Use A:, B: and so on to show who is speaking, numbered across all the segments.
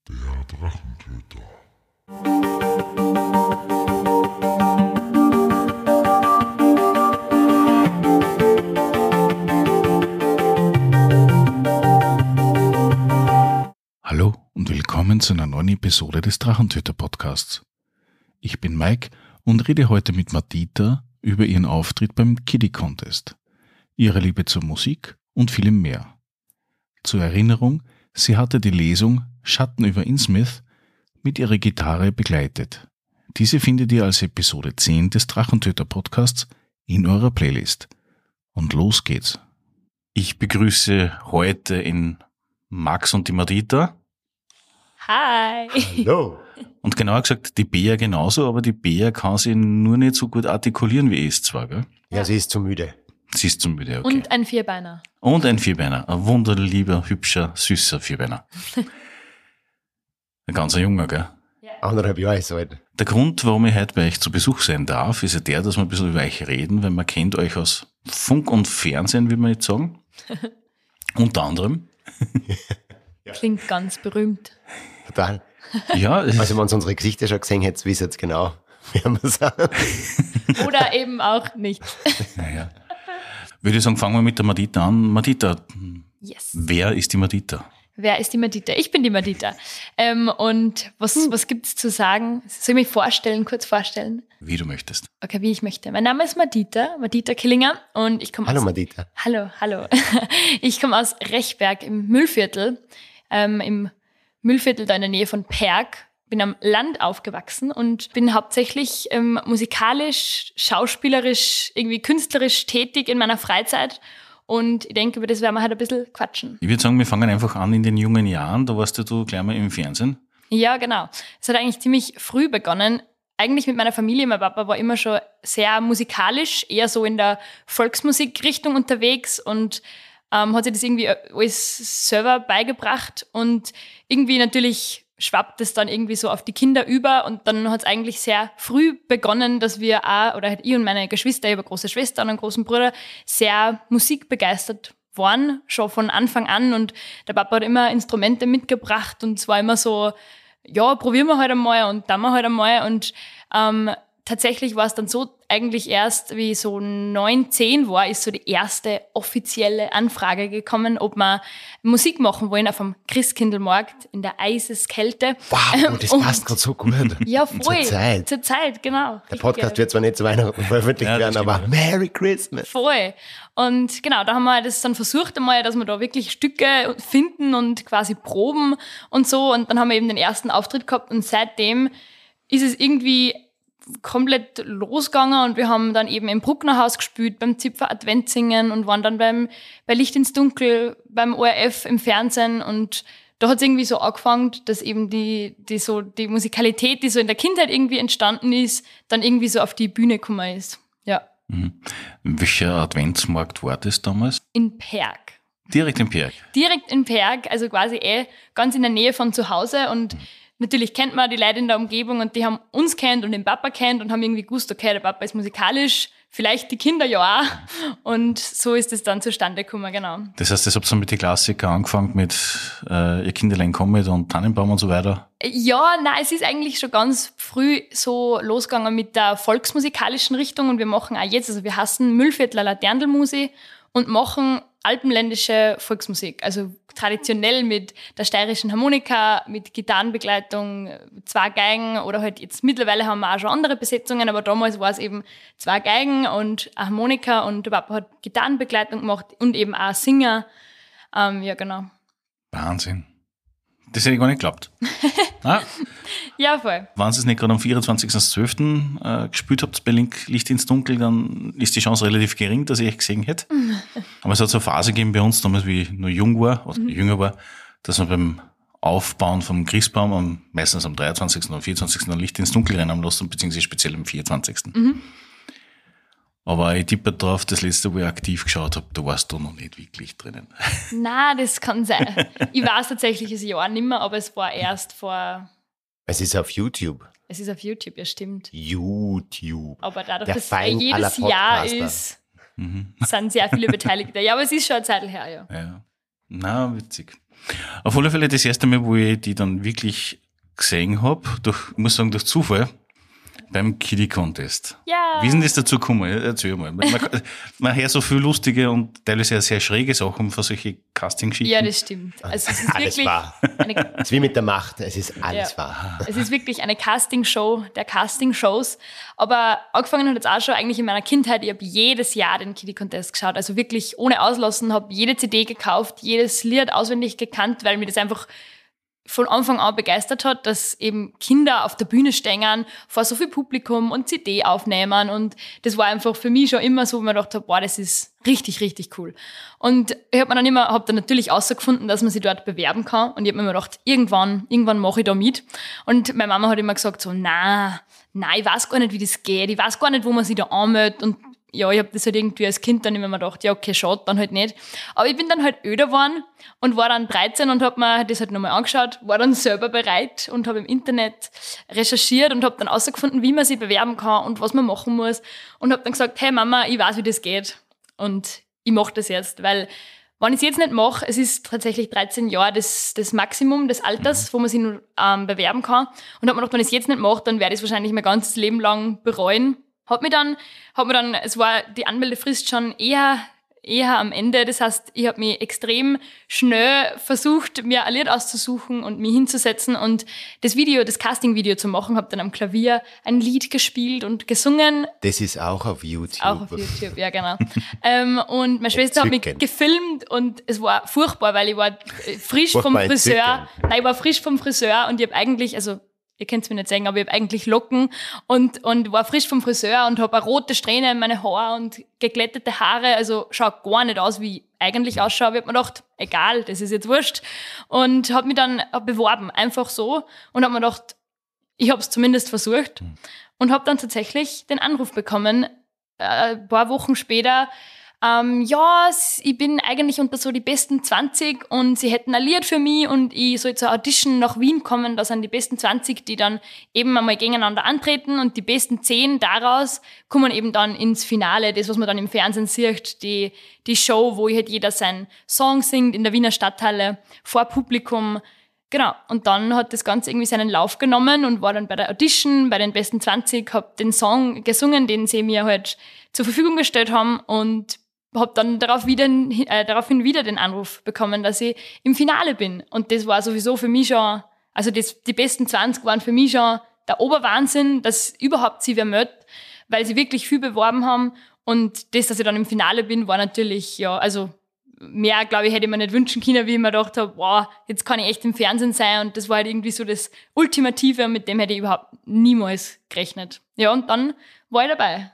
A: Der Drachentöter.
B: Hallo und willkommen zu einer neuen Episode des Drachentöter-Podcasts. Ich bin Mike und rede heute mit Madita über ihren Auftritt beim Kiddie Contest, ihre Liebe zur Musik und vielem mehr. Zur Erinnerung, sie hatte die Lesung Schatten über Innsmouth mit ihrer Gitarre begleitet. Diese findet ihr als Episode 10 des Drachentöter-Podcasts in eurer Playlist. Und los geht's. Ich begrüße heute in Max und die Madita.
C: Hi!
D: Hallo!
B: Und genauer gesagt, die Bea genauso, aber die Bea kann sie nur nicht so gut artikulieren wie ich zwar, gell?
D: Ja, sie ist zu müde.
B: Sie ist zu müde, okay.
C: Und ein Vierbeiner.
B: Und ein Vierbeiner. Ein wunderlieber, hübscher, süßer Vierbeiner. Ein ganzer Junge, gell?
C: Ja.
D: 1,5 Jahre ist alt.
B: Der Grund, warum ich heute bei euch zu Besuch sein darf, ist ja der, dass wir ein bisschen über euch reden, weil man kennt euch aus Funk und Fernsehen, wie wir jetzt sagen. Unter anderem.
C: Klingt ganz berühmt.
D: Total.
B: Ja,
D: Also, wenn ihr unsere Gesichter schon gesehen hättet, wisst ihr jetzt genau, wer wir sind.
C: Oder eben auch nicht.
B: naja. Würde ich sagen, fangen wir mit der Madita an. Madita,
C: Yes.
B: wer ist die Madita?
C: Wer ist die Madita? Ich bin die Madita. Und was gibt's zu sagen? Soll ich mich kurz vorstellen?
B: Wie du möchtest.
C: Okay, wie ich möchte. Mein Name ist Madita Killinger und ich komme
D: Hallo,
C: aus...
D: Madita.
C: Hallo. Ich komme aus Rechberg im Mühlviertel. Im Mühlviertel da in der Nähe von Perg. Bin am Land aufgewachsen und bin hauptsächlich musikalisch, schauspielerisch, irgendwie künstlerisch tätig in meiner Freizeit. Und ich denke, über das werden wir halt ein bisschen quatschen.
B: Ich würde sagen, wir fangen einfach an in den jungen Jahren. Da warst du gleich mal im Fernsehen.
C: Ja, genau. Es hat eigentlich ziemlich früh begonnen. Eigentlich mit meiner Familie. Mein Papa war immer schon sehr musikalisch, eher so in der Volksmusikrichtung unterwegs und hat sich das irgendwie alles selber beigebracht. Und irgendwie natürlich schwappt es dann irgendwie so auf die Kinder über und dann hat es eigentlich sehr früh begonnen, dass wir auch, oder halt ich und meine Geschwister, ich habe eine große Schwester und einen großen Bruder, sehr musikbegeistert waren, schon von Anfang an und der Papa hat immer Instrumente mitgebracht und es war immer so, ja, probieren wir halt einmal und dann wir halt einmal und tatsächlich war es dann so, eigentlich erst wie so 9, 10 war, ist so die erste offizielle Anfrage gekommen, ob wir Musik machen wollen auf dem Christkindlmarkt in der Eiseskälte.
D: Wow, das passt gerade so gut.
C: Ja, voll.
D: Zur Zeit.
C: Zur Zeit, genau.
D: Der Podcast wird zwar nicht zu Weihnachten veröffentlicht
B: Ja, das
D: werden, aber
B: stimmt.
D: Merry Christmas.
C: Voll. Und genau, da haben wir das dann versucht einmal, dass wir da wirklich Stücke finden und quasi proben und so. Und dann haben wir eben den ersten Auftritt gehabt und seitdem ist es irgendwie komplett losgegangen und wir haben dann eben im Brucknerhaus gespielt, beim Zipfer Adventsingen und waren dann bei Licht ins Dunkel, beim ORF im Fernsehen und da hat es irgendwie so angefangen, dass eben die Musikalität, die so in der Kindheit irgendwie entstanden ist, dann irgendwie so auf die Bühne gekommen ist. Ja.
B: Mhm. Welcher Adventsmarkt war das damals?
C: In Perg.
B: Direkt im Berg.
C: Direkt in Perg, also quasi ganz in der Nähe von zu Hause und natürlich kennt man die Leute in der Umgebung und die haben uns kennt und den Papa kennt und haben irgendwie gewusst, okay, der Papa ist musikalisch, vielleicht die Kinder ja auch. Und so ist es dann zustande gekommen, genau.
B: Das heißt, ihr habt dann mit den Klassikern angefangen mit Ihr Kinderlein kommet und Tannenbaum und so weiter?
C: Ja, nein, es ist eigentlich schon ganz früh so losgegangen mit der volksmusikalischen Richtung und wir machen auch jetzt, also wir heißen Mühlviertler Laterndelmusi und machen alpenländische Volksmusik, also traditionell mit der steirischen Harmonika, mit Gitarrenbegleitung, 2 Geigen oder halt jetzt mittlerweile haben wir auch schon andere Besetzungen, aber damals war es eben 2 Geigen und eine Harmonika und der Papa hat Gitarrenbegleitung gemacht und eben auch Singer. Ja, genau.
B: Wahnsinn. Das hätte ich gar nicht geglaubt. Ah,
C: Ja, voll.
B: wenn ihr es nicht gerade am 24.12. Gespielt habt bei Licht ins Dunkel, dann ist die Chance relativ gering, dass ich euch gesehen hätte. Aber es hat so eine Phase gegeben bei uns, damals wie ich noch jung war, oder jünger war, dass wir beim Aufbauen vom Christbaum meistens am 23. oder 24. ein Licht ins Dunkel rein haben lassen, beziehungsweise speziell am 24. Aber ich tippe drauf, das letzte, wo ich aktiv geschaut habe, da warst du noch nicht wirklich drinnen.
C: Na, das kann sein. Ich weiß tatsächlich das Jahr nicht mehr, aber es war erst vor...
D: Es ist auf YouTube.
C: Es ist auf YouTube, ja stimmt.
D: YouTube.
C: Aber dadurch,
D: Der
C: dass
D: Feind aller
C: jedes Jahr
D: Podcaster.
C: ist, sind sehr viele Beteiligte. Ja, aber es ist schon eine Zeit her, ja.
B: Ja. Na, witzig. Auf alle Fälle das erste Mal, wo ich die dann wirklich gesehen habe, ich muss sagen, durch Zufall, beim Kiddie Contest.
C: Ja.
B: Wie ist denn das dazu gekommen? Erzähl mal. Man hört so viel lustige und teilweise sehr schräge Sachen von solchen Casting-Geschichten.
C: Ja, das stimmt. Also es ist
D: Alles
C: wirklich
D: wahr. Es ist wie mit der Macht, es ist alles wahr.
C: Es ist wirklich eine Castingshow der Castingshows. Aber angefangen hat jetzt auch schon eigentlich in meiner Kindheit. Ich habe jedes Jahr den Kiddie Contest geschaut. Also wirklich ohne Auslassen, habe jede CD gekauft, jedes Lied auswendig gekannt, weil mir das einfach von Anfang an begeistert hat, dass eben Kinder auf der Bühne stehen, vor so viel Publikum und CD aufnehmen. Und das war einfach für mich schon immer so, wo ich mir gedacht habe, boah, das ist richtig, richtig cool. Und ich habe dann natürlich herausgefunden, dass man sich dort bewerben kann. Und ich habe mir immer gedacht, irgendwann mache ich da mit. Und meine Mama hat immer gesagt so, nein, ich weiß gar nicht, wie das geht. Ich weiß gar nicht, wo man sich da anmeldet. Und ja, ich habe das halt irgendwie als Kind dann immer gedacht, ja, okay, schade, dann halt nicht. Aber ich bin dann halt öder geworden und war dann 13 und habe mir das halt nochmal angeschaut, war dann selber bereit und habe im Internet recherchiert und habe dann herausgefunden, wie man sich bewerben kann und was man machen muss. Und habe dann gesagt, hey Mama, ich weiß, wie das geht. Und ich mache das jetzt, weil wenn ich es jetzt nicht mache, es ist tatsächlich 13 Jahre das Maximum des Alters, wo man sich nur bewerben kann. Und habe mir gedacht, wenn ich es jetzt nicht mache, dann werde ich es wahrscheinlich mein ganzes Leben lang bereuen. Es war die Anmeldefrist schon eher am Ende. Das heißt, ich habe mich extrem schnell versucht, mir ein Lied auszusuchen und mich hinzusetzen und das Casting-Video zu machen. Habe dann am Klavier ein Lied gespielt und gesungen.
D: Das ist auch auf YouTube.
C: Auch auf YouTube, ja genau. Und meine Schwester hat mich gefilmt und es war furchtbar, weil ich war frisch vom Friseur. Nein, ich war frisch vom Friseur und ich habe eigentlich, also ihr könnt es mir nicht sagen, aber ich habe eigentlich Locken und war frisch vom Friseur und habe eine rote Strähne in meine Haare und geglättete Haare. Also schaut gar nicht aus, wie ich eigentlich ausschaue. Ich habe mir gedacht, egal, das ist jetzt wurscht. Und habe mich dann beworben, einfach so. Und habe mir gedacht, ich habe es zumindest versucht. Und habe dann tatsächlich den Anruf bekommen, ein paar Wochen später, ich bin eigentlich unter so die besten 20 und sie hätten ein Lied für mich und ich soll zur Audition nach Wien kommen. Da sind die besten 20, die dann eben einmal gegeneinander antreten und die besten 10 daraus kommen eben dann ins Finale. Das, was man dann im Fernsehen sieht, die Show, wo halt jeder seinen Song singt in der Wiener Stadthalle vor Publikum. Genau, und dann hat das Ganze irgendwie seinen Lauf genommen und war dann bei der Audition, bei den besten 20, hab den Song gesungen, den sie mir halt zur Verfügung gestellt haben und habe dann daraufhin wieder den Anruf bekommen, dass ich im Finale bin. Und das war sowieso für mich schon, also die besten 20 waren für mich schon der Oberwahnsinn, dass überhaupt sie wer meldet, weil sie wirklich viel beworben haben. Und das, dass ich dann im Finale bin, war natürlich, ja, also mehr, glaube ich, hätte ich mir nicht wünschen können, wie ich mir gedacht habe, wow, jetzt kann ich echt im Fernsehen sein. Und das war halt irgendwie so das Ultimative und mit dem hätte ich überhaupt niemals gerechnet. Ja, und dann war ich dabei.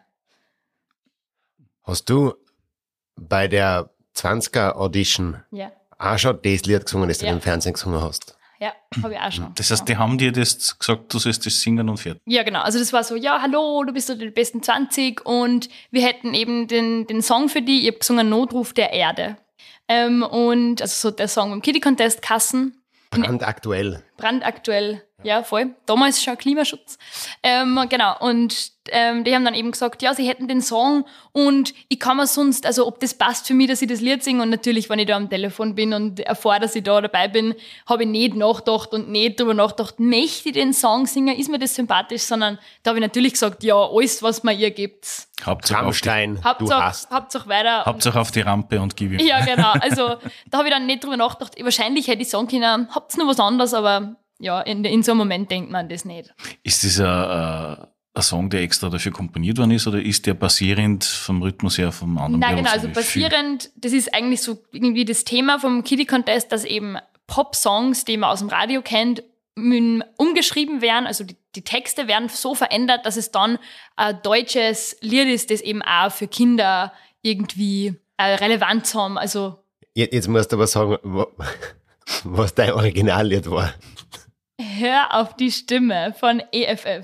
D: Hast du bei der 20er Audition auch schon das Lied gesungen, das du im Fernsehen gesungen hast?
C: Ja, habe ich auch schon.
B: Das heißt, die haben dir das gesagt, du sollst das singen und fertig?
C: Ja, genau. Also das war so, ja, hallo, du bist so die besten 20 und wir hätten eben den Song für dich. Ich habe gesungen Notruf der Erde. Und also so der Song beim Kiddie Contest Kassen.
D: Brandaktuell.
C: Ja, voll. Damals schon Klimaschutz. Genau. Und die haben dann eben gesagt, ja, sie hätten den Song und ich kann mir sonst, also ob das passt für mich, dass ich das Lied singe. Und natürlich, wenn ich da am Telefon bin und erfahre, dass ich da dabei bin, habe ich nicht nachgedacht und nicht drüber nachgedacht, möchte ich den Song singen, ist mir das sympathisch, sondern da habe ich natürlich gesagt, ja, alles, was mir ihr gibt.
B: Hauptsache
C: weiter.
B: Hauptsache auf die Rampe und gib ihm.
C: Ja, genau. Also da habe ich dann nicht drüber nachgedacht. Wahrscheinlich hätte ich sagen können, habt ihr noch was anderes, aber ja, in so einem Moment denkt man das nicht.
B: Ist das ein Song, der extra dafür komponiert worden ist, oder ist der basierend vom Rhythmus her vom anderen?
C: Nein, genau, also basierend, das ist eigentlich so irgendwie das Thema vom Kiddie Contest, dass eben Pop-Songs, die man aus dem Radio kennt, umgeschrieben werden, also die Texte werden so verändert, dass es dann ein deutsches Lied ist, das eben auch für Kinder irgendwie Relevanz haben. Also
D: jetzt musst du aber sagen, was dein Originallied war.
C: Hör auf die Stimme von EFF.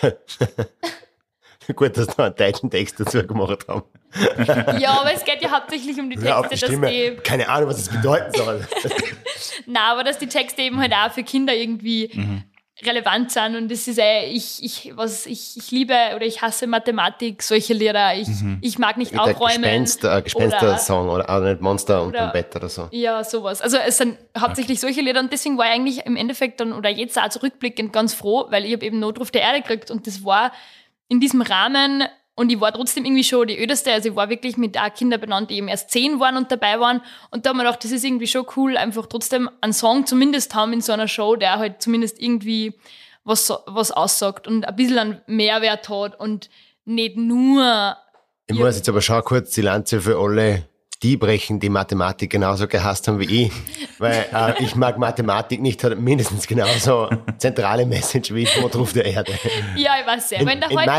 D: Gut, dass wir einen deutschen Text dazu gemacht haben.
C: Ja, aber es geht ja hauptsächlich um die Texte,
D: auf die Stimme. Keine Ahnung, was das bedeuten soll.
C: Nein, aber dass die Texte eben halt auch für Kinder irgendwie relevant sind und das ist ich liebe oder ich hasse Mathematik, solche Lieder, ich mag nicht aufräumen.
D: Gespenster-Song oder auch nicht Monster unterm Bett oder so.
C: Ja, sowas. Also es sind hauptsächlich solche Lieder und deswegen war ich eigentlich im Endeffekt dann oder jetzt auch zurückblickend ganz froh, weil ich habe eben Notruf der Erde gekriegt und das war in diesem Rahmen und ich war trotzdem irgendwie schon die ödeste, also ich war wirklich mit auch Kindern benannt, die eben erst 10 waren und dabei waren und da habe ich mir gedacht, das ist irgendwie schon cool, einfach trotzdem einen Song zumindest haben in so einer Show, der halt zumindest irgendwie was aussagt und ein bisschen einen Mehrwert hat und nicht nur...
D: Ich muss jetzt aber schon kurz die Lanze für alle die brechen, die Mathematik genauso gehasst haben wie ich, weil ich mag Mathematik nicht, hat mindestens genauso zentrale Message wie Notruf der Erde.
C: Ja, ich weiß sehr, aber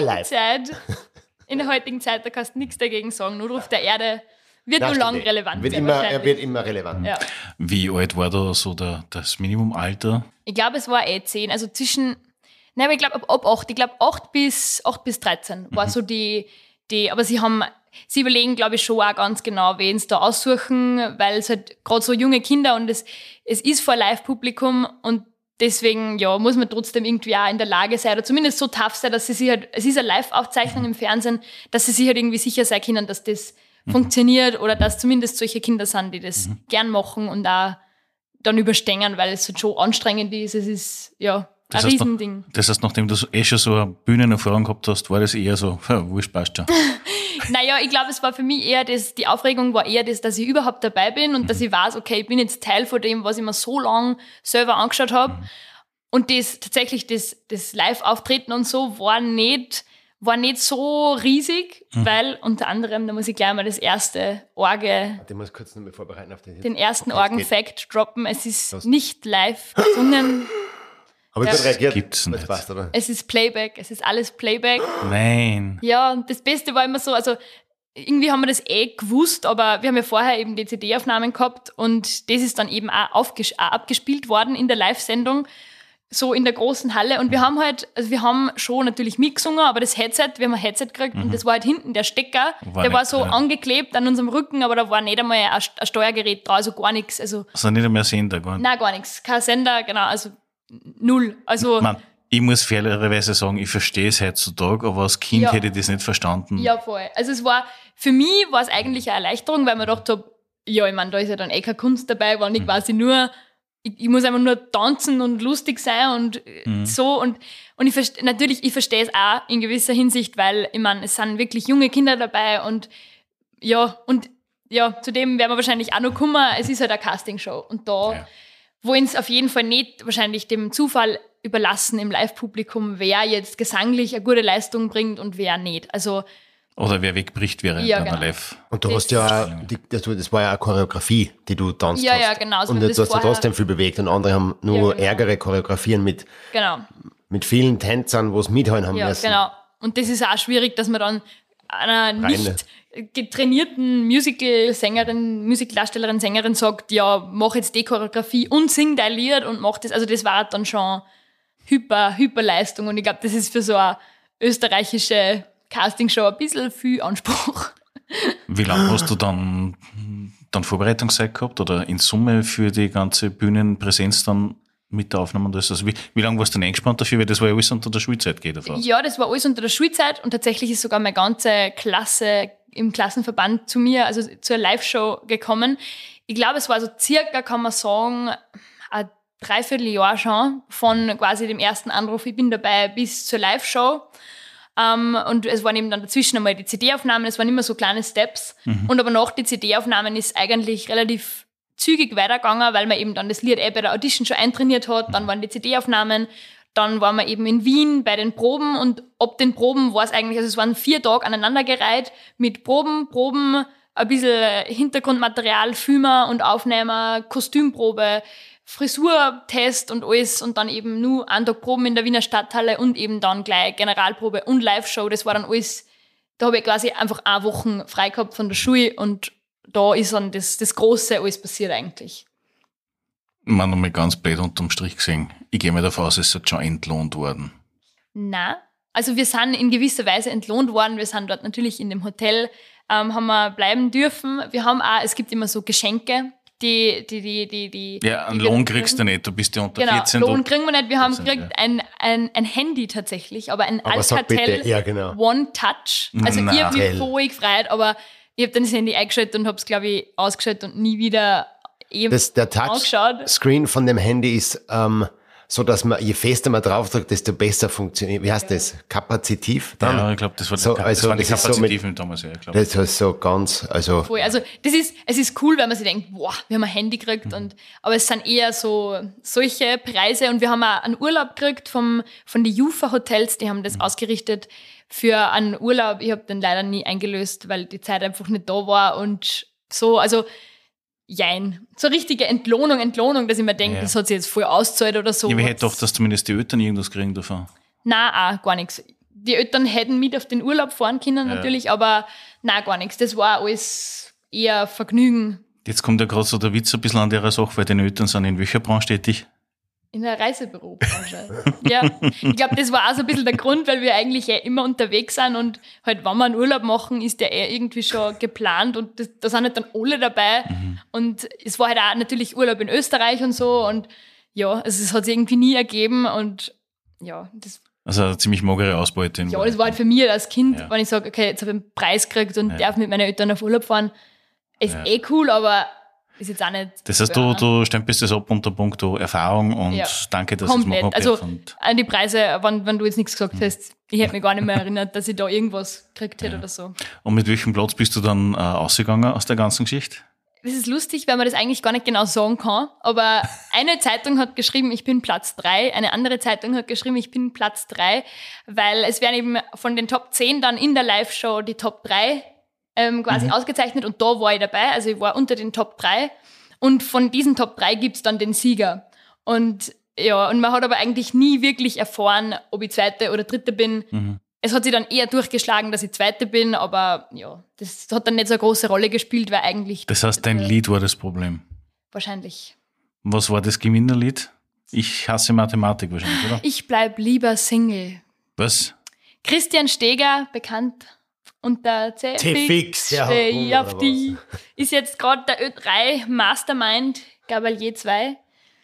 C: in der heutigen Zeit, da kannst du nichts dagegen sagen. Notruf der Erde wird nur lang relevant sein.
D: Er wird immer relevant.
C: Ja.
B: Wie alt war da so das Minimumalter?
C: Ich glaube, es war 10, also aber ich glaube ab 8. Ich glaube 8 bis 13 war so die, aber sie überlegen, glaube ich, schon auch ganz genau, wen sie da aussuchen, weil es halt gerade so junge Kinder und es ist vor Live-Publikum und deswegen, ja, muss man trotzdem irgendwie auch in der Lage sein oder zumindest so tough sein, dass sie sich halt, es ist eine Live-Aufzeichnung im Fernsehen, dass sie sich halt irgendwie sicher sein können, dass das funktioniert oder dass zumindest solche Kinder sind, die das gern machen und auch dann überstehen, weil es halt schon anstrengend ist. Es ist, ja, ein Riesending.
B: Das heißt, nachdem du schon so eine Bühnenerfahrung gehabt hast, war das eher so, wurscht, passt schon.
C: Naja, ich glaube, es war für mich eher die Aufregung war eher das, dass ich überhaupt dabei bin und dass ich weiß, okay, ich bin jetzt Teil von dem, was ich mir so lange selber angeschaut habe. Und das Live-Auftreten und so war nicht so riesig, weil unter anderem, da muss ich gleich mal das erste
D: Ich muss kurz noch mal vorbereiten auf
C: den ersten Orgen-Fact droppen. Es ist nicht live gesungen.
D: Aber ich reagiert.
B: Gibt's nicht.
D: Passt, oder?
C: Es ist Playback, es ist alles Playback.
B: Nein.
C: Ja, und das Beste war immer so, also irgendwie haben wir das gewusst, aber wir haben ja vorher eben die CD-Aufnahmen gehabt und das ist dann eben auch abgespielt worden in der Live-Sendung, so in der großen Halle und wir haben schon natürlich mitgesungen, aber wir haben ein Headset gekriegt und das war halt hinten der Stecker, der war so angeklebt an unserem Rücken, aber da war nicht einmal ein Steuergerät drauf, also gar nichts. Also
B: nicht einmal Sender, gar nicht?
C: Nein, gar nichts. Kein Sender, genau, also null. Also,
B: ich muss fairerweise sagen, ich verstehe es heutzutage, aber als Kind hätte ich das nicht verstanden.
C: Ja, voll. Also für mich war es eigentlich eine Erleichterung, weil man dachte, ja, ich meine, da ist ja dann keine Kunst dabei, weil ich quasi nur, ich muss einfach nur tanzen und lustig sein und so und ich verstehe es auch in gewisser Hinsicht, weil, ich meine, es sind wirklich junge Kinder dabei und zudem werden wir wahrscheinlich auch noch kommen, es ist halt eine Castingshow und da wollen es auf jeden Fall nicht wahrscheinlich dem Zufall überlassen im Live-Publikum, wer jetzt gesanglich eine gute Leistung bringt und wer nicht. Also,
B: oder wer wegbricht während einer Live.
D: Und du hast ja, das war ja eine Choreografie, die du tanzt hast.
C: Ja, genau.
D: Und jetzt hast du trotzdem viel bewegt und andere haben nur ärgere Choreografien mit vielen Tänzern, wo es mithalten haben müssen. Ja, genau.
C: Und das ist auch schwierig, dass man dann einer nicht getrainierten Musikdarstellerin, Sängerin sagt, ja, mach jetzt die Choreografie und sing dein Lied und mach das. Also das war dann schon Hyperleistung und ich glaube, das ist für so eine österreichische Castingshow ein bisschen viel Anspruch.
B: Wie lange hast du dann Vorbereitungszeit gehabt oder in Summe für die ganze Bühnenpräsenz dann mit der Aufnahme? Also wie lange warst du denn eingespannt dafür? Weil das war ja alles unter der Schulzeit, geht davon aus. Ja,
C: das war alles unter der Schulzeit und tatsächlich ist sogar meine ganze Klasse im Klassenverband zu mir, also zur Live-Show gekommen. Ich glaube, es war so circa, kann man sagen, ein Dreivierteljahr schon von quasi dem ersten Anruf, ich bin dabei, bis zur Live-Show. Und es waren eben dann dazwischen einmal die CD-Aufnahmen, es waren immer so kleine Steps. Und aber nach den CD-Aufnahmen ist eigentlich relativ zügig weitergegangen, weil man eben dann das Lied bei der Audition schon eintrainiert hat, dann waren die CD-Aufnahmen, dann waren wir eben in Wien bei den Proben und ab den Proben war es eigentlich, also es waren 4 Tage aneinandergereiht mit Proben, ein bisschen Hintergrundmaterial, Filmer und Aufnehmer, Kostümprobe, Frisurtest und alles und dann eben nur einen Tag Proben in der Wiener Stadthalle und eben dann gleich Generalprobe und Live-Show, das war dann alles, da habe ich quasi einfach 1 Woche frei gehabt von der Schule und da ist dann das Große alles passiert eigentlich.
B: Man nochmal ganz blöd unterm Strich gesehen. Ich gehe mal davon aus, es ist schon entlohnt worden.
C: Nein, also wir sind in gewisser Weise entlohnt worden. Wir sind dort natürlich in dem Hotel, haben wir bleiben dürfen. Wir haben auch, es gibt immer so Geschenke,
B: Ja, einen Lohn kriegst du nicht, du bist ja unter 14.
C: Lohn kriegen wir nicht. Wir haben
B: 14,
C: gekriegt ein Handy tatsächlich, aber ein
D: Aber sag
C: Alcatel
D: bitte, ja, genau.
C: One Touch. Also
B: Na.
C: ich habe mich
D: Geil.
C: voll gefreut, aber ich habe dann das Handy eingeschaltet und habe es, glaube ich, ausgeschaltet und nie wieder
D: Der
C: angeschaut.
D: Touchscreen von dem Handy ist so, dass man, je fester man draufdrückt, desto besser funktioniert. Wie heißt das? Kapazitiv? Dann?
B: Ja, ich glaube, das,
D: So,
B: das waren die
D: das ist so mit-
B: Kapazitiven damals, ja, ich glaube.
D: Das ist so ganz, also
C: Voll. Also es ist cool, weil man sich denkt, boah, wir haben ein Handy gekriegt, aber es sind eher so solche Preise und wir haben auch einen Urlaub gekriegt von den Jufa Hotels, die haben das ausgerichtet für einen Urlaub. Ich habe den leider nie eingelöst, weil die Zeit einfach nicht da war und so, also jein. So richtige Entlohnung, dass ich mir denke,
B: Ja.
C: das hat sich jetzt voll ausgezahlt oder so.
B: Ja, ich hätte doch, dass zumindest die Eltern irgendwas kriegen davon.
C: Nein, auch gar nichts. Die Eltern hätten mit auf den Urlaub fahren können natürlich, aber nein, gar nichts. Das war alles eher Vergnügen.
B: Jetzt kommt ja gerade so der Witz ein bisschen an der Sache, weil deine Eltern sind in welcher Branche tätig?
C: In der Reisebürobranche. Ja, ich glaube, das war auch so ein bisschen der Grund, weil wir eigentlich immer unterwegs sind und halt, wenn wir einen Urlaub machen, ist der irgendwie schon geplant und da sind halt dann alle dabei. Und es war halt auch natürlich Urlaub in Österreich und so und ja, also es hat sich irgendwie nie ergeben und ja, das
B: Also eine ziemlich magere Ausbeute.
C: Ja, das war halt für mich als Kind,
B: Ja.
C: wenn ich sage, okay, jetzt habe ich einen Preis gekriegt und
B: Ja.
C: darf mit meinen Eltern auf Urlaub fahren. Ist
B: Ja.
C: cool, aber ist jetzt auch nicht.
B: Das heißt,
C: ja,
B: du stempelst das ab unter Punkto Erfahrung und
C: Ja.
B: danke, dass
C: komplett.
B: es machen
C: Also
B: und
C: an die Preise, wenn du jetzt nichts gesagt hast, ich hätte mich gar nicht mehr erinnert, dass ich da irgendwas gekriegt hätte oder so.
B: mit welchem Platz bist du dann ausgegangen aus der ganzen Geschichte?
C: Das ist lustig, weil man das eigentlich gar nicht genau sagen kann, aber eine Zeitung hat geschrieben, ich bin Platz 3, eine andere Zeitung hat geschrieben, ich bin Platz 3, weil es werden eben von den Top 10 dann in der Live-Show die Top 3 quasi ausgezeichnet und da war ich dabei, also ich war unter den Top 3 und von diesen Top 3 gibt's dann den Sieger. Und ja, und man hat aber eigentlich nie wirklich erfahren, ob ich Zweite oder Dritte bin. Es hat sich dann eher durchgeschlagen, dass ich Zweite bin, aber ja, das hat dann nicht so eine große Rolle gespielt, weil eigentlich
B: Das heißt, dein Lied war das Problem.
C: wahrscheinlich.
B: Was war das Gewinnerlied? Ich hasse Mathematik wahrscheinlich, oder?
C: Ich bleib lieber Single.
B: Was?
C: Christian Steger, bekannt unter
D: T-Fix, ja,
C: steh auf
D: oder
C: die, ist jetzt gerade der Ö3 Mastermind, Gabalier 2.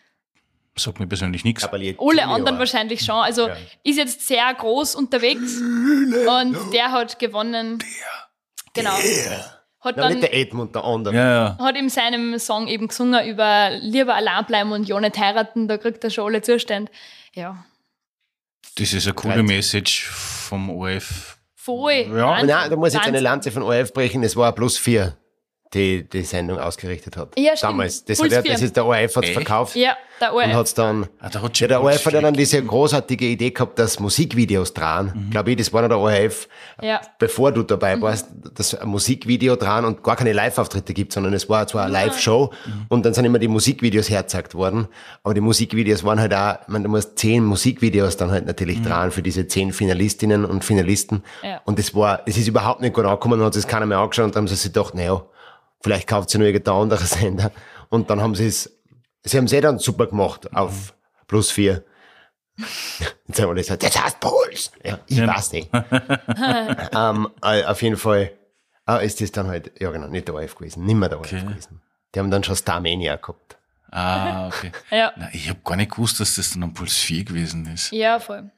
B: Sagt mir persönlich nichts.
D: Kabalier
C: Alle
D: Junior.
C: anderen wahrscheinlich schon. Also
D: Ja.
C: ist jetzt sehr groß unterwegs und der hat gewonnen. Genau. Hat
D: Na,
C: dann
D: nicht der Edmund, der andere.
B: Ja,
C: hat in seinem Song eben gesungen über lieber allein bleiben und ja nicht heiraten, da kriegt er schon alle Zustände. Ja,
B: das ist eine coole Message vom ORF.
C: voll.
B: Ja.
C: Wahnsinn.
D: Nein, da muss jetzt eine
C: Wahnsinn.
D: Lanze von ORF brechen, es war +4, die Sendung ausgerichtet hat.
C: Ja, stimmt.
D: Damals. Das,
C: Puls
D: hat,
C: vier.
D: das ist der ORF hat
B: Echt?
D: verkauft
C: Ja, der
D: und
C: ORF.
D: hat's dann.
B: Ah, da hat
D: Ja, der ORF hat ja dann
B: Puls
D: diese großartige Idee gehabt, dass Musikvideos dran. Glaube ich, das war noch der ORF,
C: Ja.
D: bevor du dabei warst, dass ein Musikvideo dran und gar keine Live-Auftritte gibt, sondern es war zwar eine Live-Show und dann sind immer die Musikvideos hergezeigt worden, aber die Musikvideos waren halt auch, ich meine, du musst 10 Musikvideos dann halt natürlich dran für diese 10 Finalistinnen und Finalisten
C: Ja.
D: und es ist überhaupt nicht gut angekommen und hat sich keiner mehr angeschaut und dann haben sie sich gedacht, naja, vielleicht kauft sie nur irgendein anderer Sender und dann haben sie haben es dann super gemacht auf +4. Jetzt haben alle gesagt, das heißt Puls. Ja, ich
B: Ja.
D: weiß nicht. Auf jeden Fall ist das dann halt, ja genau, nicht der ORF gewesen, nicht mehr der ORF gewesen. Die haben dann schon Starmania gehabt.
B: Ah, okay.
C: Ja.
B: Nein, ich habe gar nicht gewusst, dass das dann am Puls 4 gewesen ist.
C: Ja, voll.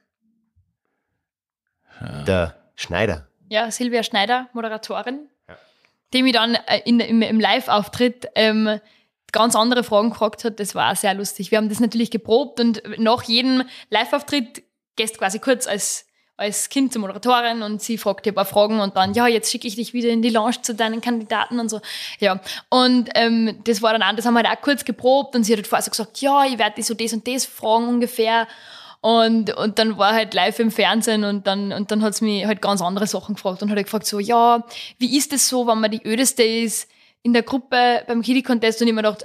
D: Der Schneider.
C: Ja, Silvia Schneider, Moderatorin, die mich dann im Live-Auftritt ganz andere Fragen gefragt hat. Das war auch sehr lustig. Wir haben das natürlich geprobt und nach jedem Live-Auftritt gehst quasi kurz als Kind zur Moderatorin und sie fragt dir ein paar Fragen und dann, ja, jetzt schicke ich dich wieder in die Lounge zu deinen Kandidaten und so. Ja, und das war dann auch, das haben wir halt auch kurz geprobt und sie hat halt vorher so gesagt, ja, ich werde dich so das und das fragen ungefähr. Und dann war halt live im Fernsehen und dann hat sie mich halt ganz andere Sachen gefragt und hat halt gefragt so, ja, wie ist es so, wenn man die Ödeste ist in der Gruppe beim Kiddie Contest und ich mir gedacht,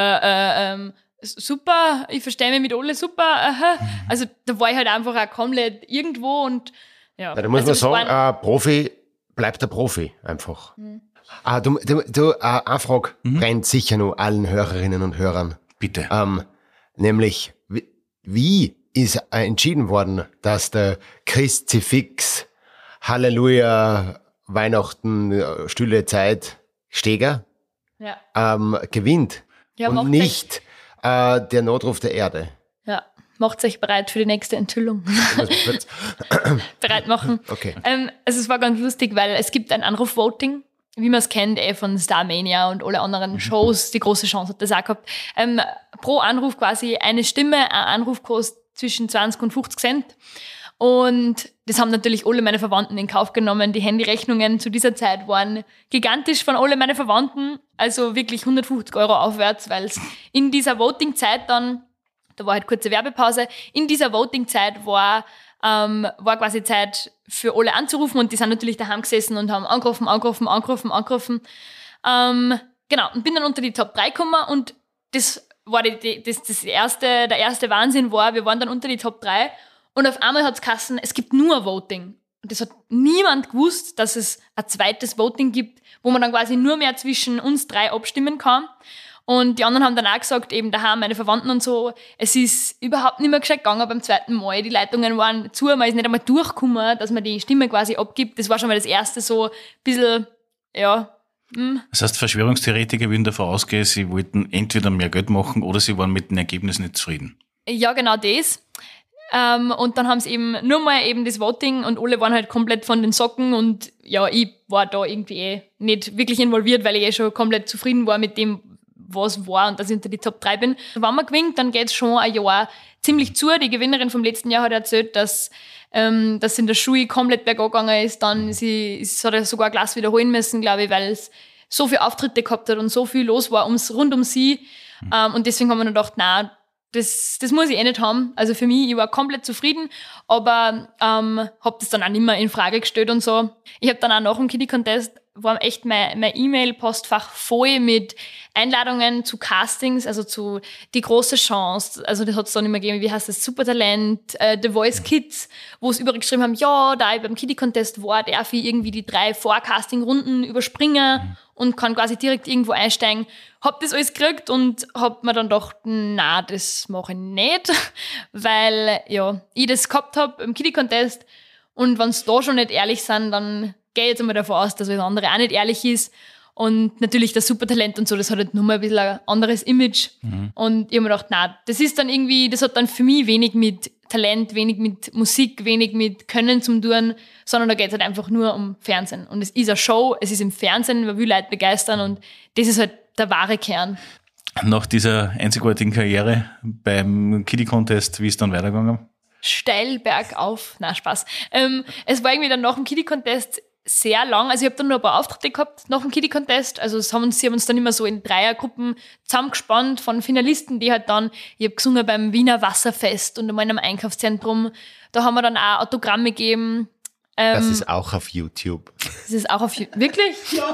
C: super, ich verstehe mich mit alle super, aha. Also da war ich halt einfach auch komplett irgendwo und ja.
D: Da muss
C: also
D: man
C: das
D: sagen,
C: waren-
D: ein Profi bleibt der Profi einfach. Eine Frage brennt sicher nur allen Hörerinnen und Hörern.
B: Bitte.
D: Nämlich, wie ist entschieden worden, dass der Christifix, Halleluja, Weihnachten, stille Zeit, Steger
C: ja.
D: gewinnt?
C: Ja,
D: und nicht der Notruf der Erde.
C: Ja, macht euch bereit für die nächste Enthüllung. Bereit machen.
D: Okay.
C: Also es war ganz lustig, weil es gibt ein Anruf-Voting, wie man es kennt, von Starmania und alle anderen Shows. Die große Chance hat das auch gehabt. Pro Anruf quasi eine Stimme, ein Anruf kostet zwischen 20 und 50 Cent. Und das haben natürlich alle meine Verwandten in Kauf genommen. Die Handyrechnungen zu dieser Zeit waren gigantisch von alle meine Verwandten. Also wirklich 150 € aufwärts, weil es in dieser Voting-Zeit dann, da war halt kurze Werbepause, in dieser Voting-Zeit war quasi Zeit für alle anzurufen und die sind natürlich daheim gesessen und haben angerufen. Genau, und bin dann unter die Top 3 gekommen und das war der erste Wahnsinn war, wir waren dann unter die Top 3 und auf einmal hat es geheißen, es gibt nur Voting. Und das hat niemand gewusst, dass es ein zweites Voting gibt, wo man dann quasi nur mehr zwischen uns 3 abstimmen kann. Und die anderen haben dann auch gesagt, eben daheim, meine Verwandten und so, es ist überhaupt nicht mehr gescheit gegangen beim zweiten Mal. Die Leitungen waren zu, man ist nicht einmal durchgekommen, dass man die Stimme quasi abgibt. Das war schon mal das erste so ein bisschen, ja.
B: Das heißt, Verschwörungstheoretiker würden davon ausgehen, sie wollten entweder mehr Geld machen oder sie waren mit dem Ergebnis nicht zufrieden.
C: Ja, genau das. Und dann haben sie eben nur mal eben das Voting und alle waren halt komplett von den Socken und ja, ich war da irgendwie nicht wirklich involviert, weil ich schon komplett zufrieden war mit dem, was war und dass ich unter die Top 3 bin. Wenn man gewinnt, dann geht's schon ein Jahr ziemlich zu. Die Gewinnerin vom letzten Jahr hat erzählt, dass in der Schule komplett bergab gegangen ist. Dann hat er sogar ein Glas wiederholen müssen, glaube ich, weil es so viele Auftritte gehabt hat und so viel los war rund um sie. Und deswegen haben wir dann gedacht, nein, das muss ich eh nicht haben. Also für mich, ich war komplett zufrieden, aber habe das dann auch nicht mehr in Frage gestellt und so. Ich habe dann auch nach dem Kiddie Contest war echt mein E-Mail-Postfach voll mit Einladungen zu Castings, also zu Die große Chance, also das hat es dann immer gegeben, wie heißt das, Supertalent, The Voice Kids, wo es überall geschrieben haben, ja, da ich beim Kiddie Contest war, darf ich irgendwie die 3 Vorcasting-Runden überspringen und kann quasi direkt irgendwo einsteigen. Hab das alles gekriegt und hab mir dann gedacht, na, das mache ich nicht, weil ja, ich das gehabt hab im Kiddie Contest und wenn sie da schon nicht ehrlich sind, dann gehe ich jetzt einmal davon aus, dass das andere auch nicht ehrlich ist. Und natürlich das Supertalent und so, das hat halt nur mal ein bisschen ein anderes Image. Und ich habe mir gedacht, nein, das ist dann irgendwie, das hat dann für mich wenig mit Talent, wenig mit Musik, wenig mit Können zum tun, sondern da geht es halt einfach nur um Fernsehen. Und es ist eine Show, es ist im Fernsehen, man will Leute begeistern und das ist halt der wahre Kern.
B: Nach dieser einzigartigen Karriere beim Kiddie Contest, wie ist dann weitergegangen?
C: Steil bergauf, na Spaß. Es war irgendwie dann nach dem Kiddie Contest sehr lang, also ich habe dann nur ein paar Auftritte gehabt nach dem Kiddie Contest, also sie haben uns dann immer so in Dreiergruppen zusammengespannt von Finalisten, die halt dann, ich habe gesungen beim Wiener Wasserfest und einmal in einem Einkaufszentrum, da haben wir dann auch Autogramme gegeben.
D: Das ist auch auf YouTube.
C: Das ist auch auf YouTube, wirklich? Ja.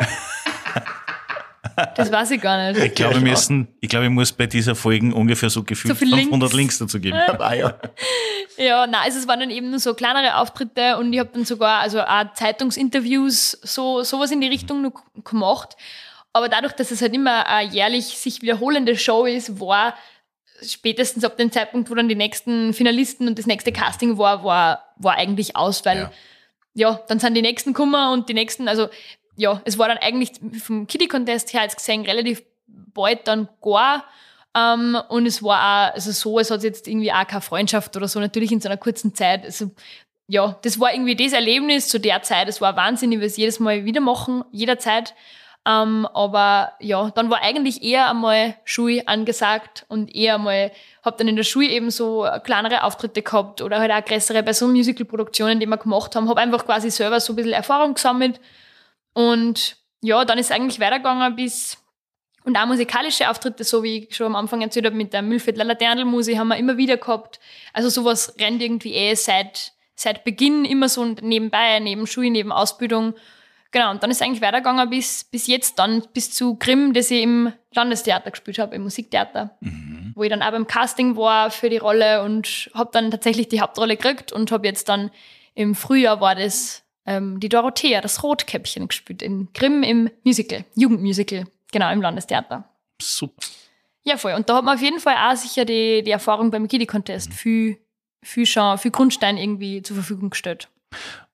C: Das weiß ich gar nicht.
B: Ich glaube, ich muss bei dieser Folge ungefähr so gefühlt 500 Links dazu geben.
C: Ja, nein, also es waren dann eben nur so kleinere Auftritte und ich habe dann sogar also auch Zeitungsinterviews, sowas in die Richtung noch gemacht. Aber dadurch, dass es halt immer eine jährlich sich wiederholende Show ist, war spätestens ab dem Zeitpunkt, wo dann die nächsten Finalisten und das nächste Casting war eigentlich aus, weil ja, dann sind die nächsten gekommen und die nächsten, also ja, es war dann eigentlich vom Kiddie Contest her jetzt gesehen relativ bald dann gar. Und es war auch, also so, es hat jetzt irgendwie auch keine Freundschaft oder so, natürlich in so einer kurzen Zeit. Also ja, das war irgendwie das Erlebnis zu der Zeit. Es war Wahnsinn, ich will es jedes Mal wieder machen, jederzeit. Aber ja, dann war eigentlich eher einmal Schule angesagt und eher einmal, hab dann in der Schule eben so kleinere Auftritte gehabt oder halt auch größere bei so Musical-Produktionen, die wir gemacht haben. Hab einfach quasi selber so ein bisschen Erfahrung gesammelt. Und ja, dann ist es eigentlich weitergegangen und auch musikalische Auftritte, so wie ich schon am Anfang erzählt habe, mit der Mühlviertler Laternenmusik haben wir immer wieder gehabt. Also sowas rennt irgendwie seit Beginn immer so nebenbei, neben Schule, neben Ausbildung. Genau, und dann ist es eigentlich weitergegangen bis jetzt dann, bis zu Grimm, das ich im Landestheater gespielt habe, im Musiktheater. Wo ich dann auch beim Casting war für die Rolle und habe dann tatsächlich die Hauptrolle gekriegt und habe jetzt dann im Frühjahr war das die Dorothea, das Rotkäppchen gespielt in Grimm im Musical, Jugendmusical, genau, im Landestheater.
B: Super.
C: Ja, voll. Und da hat man auf jeden Fall auch sicher die Erfahrung beim Kiddie Contest viel Grundstein irgendwie zur Verfügung gestellt.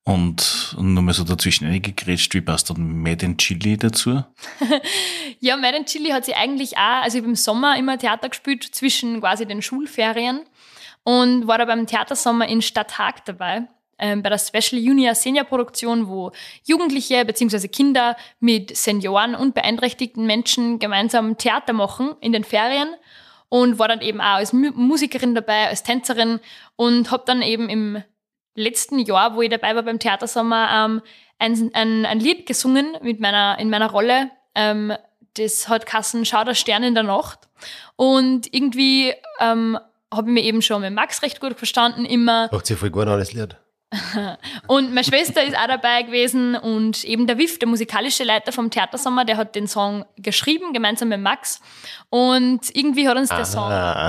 B: Und nur mal so dazwischen eingegrätscht, wie passt dann Mad in Chili dazu?
C: Ja, Mad in Chili hat sie eigentlich auch, also ich habe im Sommer immer Theater gespielt, zwischen quasi den Schulferien und war da beim Theatersommer in Stadthaag dabei, bei der Special Junior Senior Produktion, wo Jugendliche bzw. Kinder mit Senioren und beeinträchtigten Menschen gemeinsam Theater machen in den Ferien und war dann eben auch als Musikerin dabei, als Tänzerin und habe dann eben im letzten Jahr, wo ich dabei war beim Theatersommer, ein Lied gesungen in meiner Rolle. Das hat geheißen Schau der Stern in der Nacht. Und irgendwie habe ich mich eben schon mit Max recht gut verstanden, immer.
D: Macht sie voll gut an das Lied.
C: Und meine Schwester ist auch dabei gewesen und eben der Wiff, der musikalische Leiter vom Theatersommer, der hat den Song geschrieben, gemeinsam mit Max. Und irgendwie hat uns der Song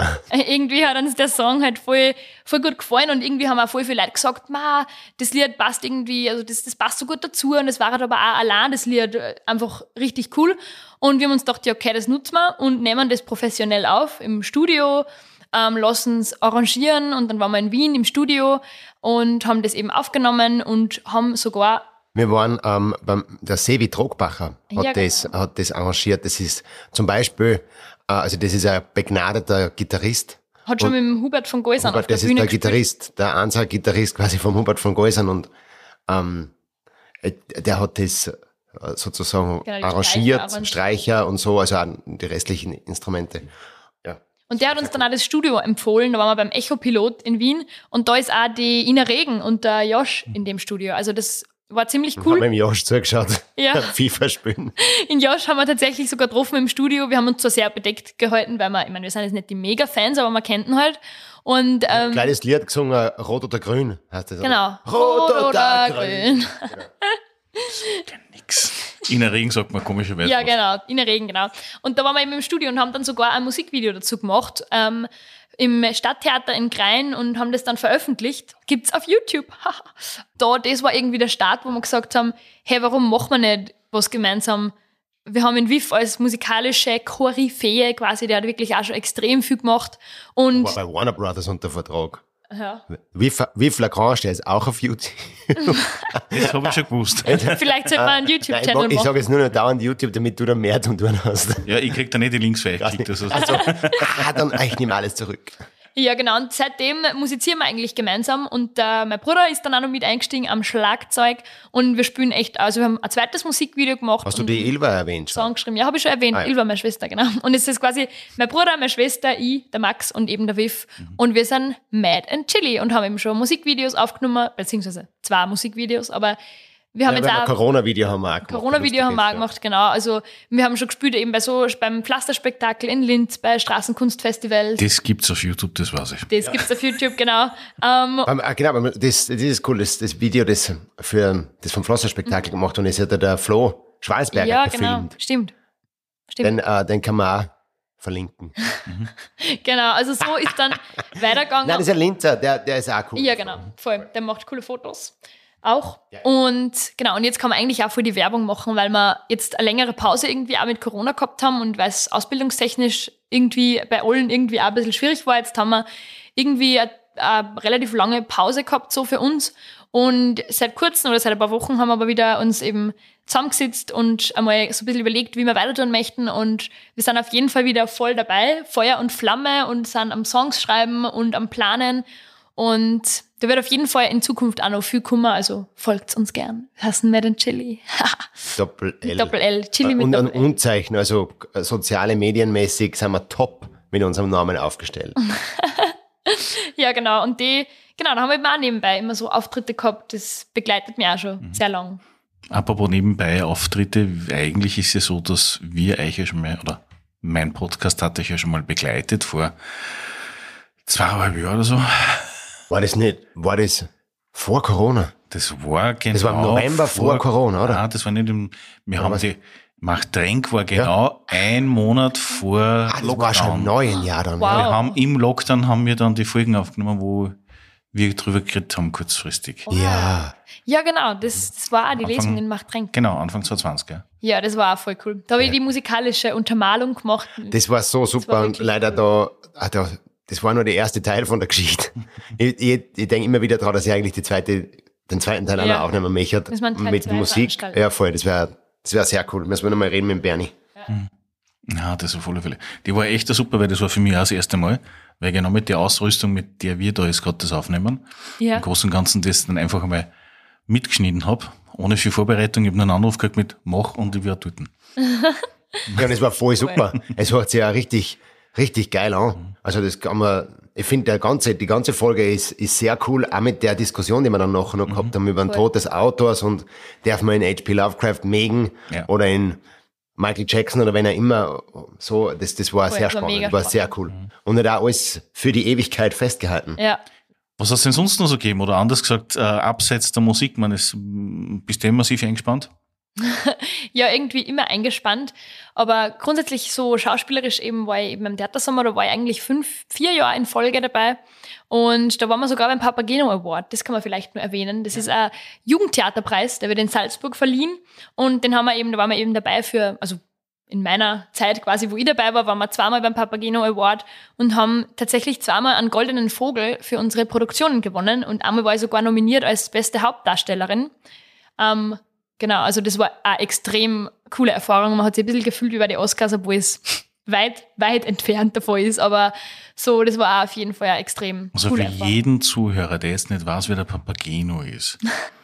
C: halt voll gut gefallen und irgendwie haben auch voll viele Leute gesagt, das Lied passt irgendwie, also das passt so gut dazu und das war halt aber auch allein das Lied einfach richtig cool. Und wir haben uns gedacht, ja okay, das nutzen wir und nehmen das professionell auf im Studio, lassen es arrangieren und dann waren wir in Wien im Studio und haben das eben aufgenommen und haben sogar...
D: Wir waren der Sevi Trogbacher hat das arrangiert. Das ist zum Beispiel, also das ist ein begnadeter Gitarrist.
C: Hat schon mit dem Hubert von Geusern auf der Bühne
D: Das ist der Gitarrist, der Ansal-Gitarrist quasi vom Hubert von Geusern und der hat das sozusagen arrangiert, Streicher und so, also auch die restlichen Instrumente.
C: Und der hat uns dann auch das Studio empfohlen, da waren wir beim Echo-Pilot in Wien und da ist auch die Ina Regen und der Josh in dem Studio. Also das war ziemlich cool.
D: Ich habe dem Josh zugeschaut,
C: ja.
D: FIFA spielen.
C: In Josh haben wir tatsächlich sogar getroffen im Studio. Wir haben uns zwar sehr bedeckt gehalten, weil wir sind jetzt nicht die Mega-Fans, aber man kennt ihn halt. Und,
D: kleines Lied gesungen, Rot oder Grün heißt das.
C: Genau. Rot oder Grün.
D: Genau.
B: Nix. Ina Regen sagt man komischerweise.
C: Ja, genau. Ina Regen, genau. Und da waren wir eben im Studio und haben dann sogar ein Musikvideo dazu gemacht, im Stadttheater in Krain und haben das dann veröffentlicht. Gibt's auf YouTube. Das war irgendwie der Start, wo wir gesagt haben, hey, warum machen wir nicht was gemeinsam? Wir haben den Wiff als musikalische Koryphäe quasi, der hat wirklich auch schon extrem viel gemacht. Und
D: war bei Warner Brothers unter Vertrag.
C: Ja.
D: Wiff Lagrange, der ist auch auf YouTube.
B: Das habe ich schon gewusst.
C: Vielleicht sollte man einen YouTube-Channel machen.
D: Ich sage jetzt nur noch dauernd YouTube, damit du da mehr zu tun hast.
B: Ja, ich krieg da nicht die Links weil ich krieg das.
D: Also, dann ich nehme alles zurück.
C: Ja, genau. Und seitdem musizieren wir eigentlich gemeinsam. Und mein Bruder ist dann auch noch mit eingestiegen am Schlagzeug. Und wir spielen echt, also wir haben ein zweites Musikvideo gemacht.
D: Hast du die Ilva erwähnt?
C: Song geschrieben. Ja, habe ich schon erwähnt. Ja. Ilva, meine Schwester, genau. Und es ist quasi mein Bruder, meine Schwester, ich, der Max und eben der Wiff. Und wir sind Mad and Chili und haben eben schon Musikvideos aufgenommen, beziehungsweise 2 Musikvideos, aber wir haben jetzt auch...
D: Corona-Video haben wir auch gemacht.
C: Corona-Video haben wir auch gemacht, genau. Also wir haben schon gespielt eben beim Pflasterspektakel in Linz, bei Straßenkunstfestivals.
B: Das gibt's auf YouTube, das weiß ich.
C: Das gibt's auf YouTube, genau.
D: Genau, das ist cool, das Video, das vom Pflasterspektakel gemacht und es hat der Flo Schwalsberger gefilmt.
C: Ja, genau, stimmt.
D: Den kann man auch verlinken.
C: Genau, also so ist dann weitergegangen.
D: Nein, das ist ein Linzer, der ist auch cool.
C: Ja, genau, voll. Der macht coole Fotos. Auch. Ja. Und genau, und jetzt kann man eigentlich auch voll die Werbung machen, weil wir jetzt eine längere Pause irgendwie auch mit Corona gehabt haben und weil es ausbildungstechnisch irgendwie bei allen irgendwie auch ein bisschen schwierig war. Jetzt haben wir irgendwie eine relativ lange Pause gehabt, so für uns. Und seit kurzem oder seit ein paar Wochen haben wir aber wieder uns eben zusammengesetzt und einmal so ein bisschen überlegt, wie wir weiter tun möchten. Und wir sind auf jeden Fall wieder voll dabei, Feuer und Flamme, und sind am Songs schreiben und am Planen. Und da wird auf jeden Fall in Zukunft auch noch viel kommen, also folgt uns gern. Hassen Mad and Chili.
D: Doppel-L.
C: Doppel-L, Chili mit
D: und
C: Doppel-L.
D: Und Unzeichen, also soziale Medienmäßig sind wir top mit unserem Namen aufgestellt.
C: Ja, genau. Und da haben wir eben auch nebenbei immer so Auftritte gehabt. Das begleitet mich auch schon sehr lang.
B: Apropos nebenbei Auftritte, eigentlich ist es so, dass wir euch ja schon mal, oder mein Podcast hatte ich ja schon mal begleitet vor 2,5 Jahren oder so.
D: War das vor Corona?
B: Das war genau.
D: Das war im November vor Corona, oder?
B: Nein, das war nicht Machtrenk war genau ein Monat vor
D: das Lockdown. War schon im neuen Jahr dann.
C: Wow.
B: Ja. Im Lockdown haben wir dann die Folgen aufgenommen, wo wir drüber geredet haben, kurzfristig.
C: Oh. Ja, genau, das war auch die Lesung in Machtrenk.
B: Genau, Anfang 2020, ja.
C: Ja, das war auch voll cool. Da habe ich die musikalische Untermalung gemacht.
D: Das war so super und leider das war nur der erste Teil von der Geschichte. Ich denke immer wieder daran, dass ich eigentlich die zweite den zweiten Teil auch
C: Ja.
D: noch aufnehmen möchte.
C: Müssen wir einen Teil
D: Mit
C: 2
D: Musik.
C: veranstalten.
D: Ja, voll, das wäre sehr cool. Müssen wir nochmal reden mit dem Bernie.
B: Ja, das auf alle Fälle. Die war echt super, weil das war für mich auch das erste Mal, weil genau mit der Ausrüstung, mit der wir da jetzt gerade das aufnehmen,
C: Ja.
B: im Großen und Ganzen das dann einfach einmal mitgeschnitten habe, ohne viel Vorbereitung. Ich habe einen Anruf gekriegt mit Mach und ich werde töten.
D: Ja, und es war voll super. Es hört sich ja richtig geil an. Also das kann man, ich finde, die ganze Folge ist sehr cool, auch mit der Diskussion, die wir dann nachher noch gehabt haben über den Tod des Autors und darf man in H.P. Lovecraft mögen
B: Ja.
D: oder in Michael Jackson oder wenn er immer so, das war
C: Voll,
D: sehr
C: das war
D: spannend,
C: mega
D: war sehr cool. Und hat auch alles für die Ewigkeit festgehalten.
C: Ja.
B: Was hast du denn sonst noch so gegeben? Oder anders gesagt, abseits der Musik, bist du massiv eingespannt?
C: Ja, irgendwie immer eingespannt. Aber grundsätzlich so schauspielerisch eben war ich eben im Theatersommer, da war ich eigentlich 4 Jahre in Folge dabei. Und da waren wir sogar beim Papageno Award, das kann man vielleicht nur erwähnen. Das ist ein Jugendtheaterpreis, der wird in Salzburg verliehen. Und da waren wir eben dabei also in meiner Zeit quasi, wo ich dabei war, waren wir 2-mal beim Papageno Award und haben tatsächlich 2-mal einen goldenen Vogel für unsere Produktionen gewonnen. Und einmal war ich sogar nominiert als beste Hauptdarstellerin. Genau, also das war eine extrem coole Erfahrung. Man hat sich ein bisschen gefühlt wie bei den Oscars, obwohl es weit entfernt davon ist. Aber so, das war auch auf jeden Fall eine extrem
B: Also
C: coole
B: für
C: Erfahrung.
B: jeden Zuhörer, der jetzt nicht weiß, wer der Papageno ist,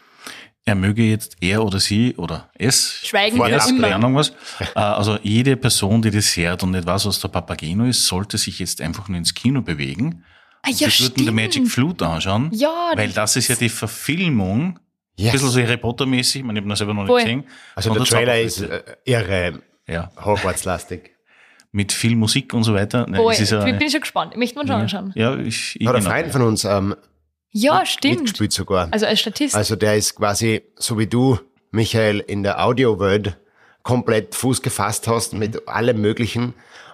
B: er möge jetzt er oder sie oder es
C: Schweigen
B: für
C: für
B: erst,
C: immer.
B: keine Ahnung was. Also jede Person, die das hört und nicht weiß, was der Papageno ist, sollte sich jetzt einfach nur ins Kino bewegen.
C: Ah, ja,
B: Sie würden The Magic
C: stimmt.
B: Flute anschauen,
C: Ja,
B: weil das ist ja die Verfilmung, ein
D: Yes.
B: bisschen so Harry Potter-mäßig, ich habe ihn selber noch nicht
C: Voll.
B: gesehen.
D: Also
B: Von
D: der Trailer ist
B: Zauberflöte.
D: irre
B: Ja,
D: Hogwarts-lastig.
B: mit viel Musik und so weiter. Nein,
C: Voll.
B: es ist ja,
C: Bin ich schon gespannt. Ich möchte mal schon anschauen.
B: ja, ich
D: Hat ein
B: genau.
D: Freund von uns
C: Ja, stimmt.
D: mitgespielt sogar.
C: Also als Statist.
D: Also der ist quasi, so wie du, Michael, in der Audio-Welt komplett Fuß gefasst hast mit allem Möglichen,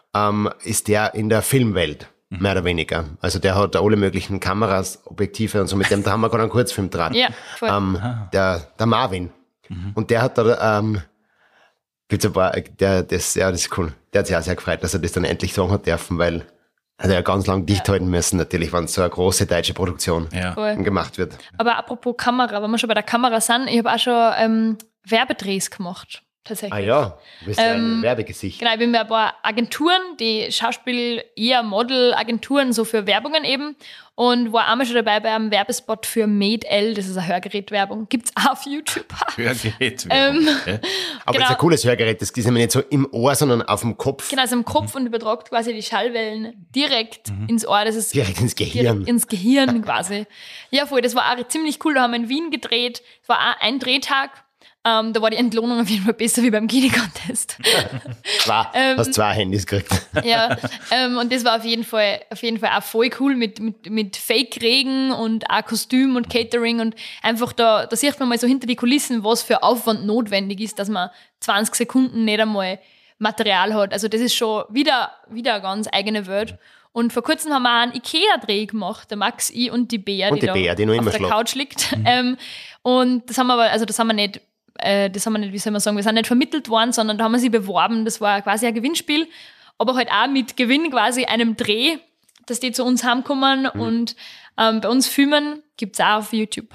D: ist der in der Filmwelt, mehr oder weniger. Also der hat alle möglichen Kameras, Objektive und so, mit dem da haben wir gerade einen Kurzfilm dran.
C: Ja, voll.
D: Der Marvin. Und der hat da, gibt's ein paar, das ist cool. Der hat sich auch sehr gefreut, dass er das dann endlich sagen hat dürfen, weil hat er ja ganz lang dicht halten müssen, natürlich, wenn so eine große deutsche Produktion
B: Ja.
C: Voll.
D: gemacht wird.
C: Aber apropos Kamera, wenn wir schon bei der Kamera sind, ich habe auch schon Werbedrehs gemacht. Tatsächlich.
D: Ah ja, du bist ja ein Werbegesicht.
C: Genau, ich bin bei ein paar Agenturen, die Schauspiel, eher Model-Agenturen, so für Werbungen eben. Und war einmal schon dabei bei einem Werbespot für Made L, das ist eine Hörgerätwerbung. Gibt's auch auf YouTube.
B: Hörgerät.
D: Aber
C: genau.
D: es ist ein cooles Hörgerät, das ist nämlich nicht so im Ohr, sondern auf dem Kopf,
C: Genau, also im Kopf und übertragt quasi die Schallwellen direkt ins Ohr. Das ist
D: direkt ins Gehirn.
C: direkt ins Gehirn quasi. Ja, voll, das war auch ziemlich cool. Da haben wir in Wien gedreht. Es war auch ein Drehtag. Da war die Entlohnung auf jeden Fall besser wie beim Kine-Contest.
D: Hast 2 Handys gekriegt.
C: Ja, und das war auf jeden Fall auch voll cool mit Fake-Regen und auch Kostüm und Catering und einfach da sieht man mal so hinter die Kulissen, was für Aufwand notwendig ist, dass man 20 Sekunden nicht einmal Material hat. Also das ist schon wieder eine ganz eigene Welt. Und vor kurzem haben wir auch einen Ikea-Dreh gemacht, der Max, ich und die Bea,
D: Und die Bea, die noch
C: auf
D: immer
C: der
D: schläft.
C: Couch liegt. Und das haben wir nicht, wie soll man sagen, wir sind nicht vermittelt worden, sondern da haben wir sie beworben. Das war quasi ein Gewinnspiel, aber halt auch mit Gewinn quasi einem Dreh, dass die zu uns heimkommen und bei uns filmen. Gibt's auch auf YouTube.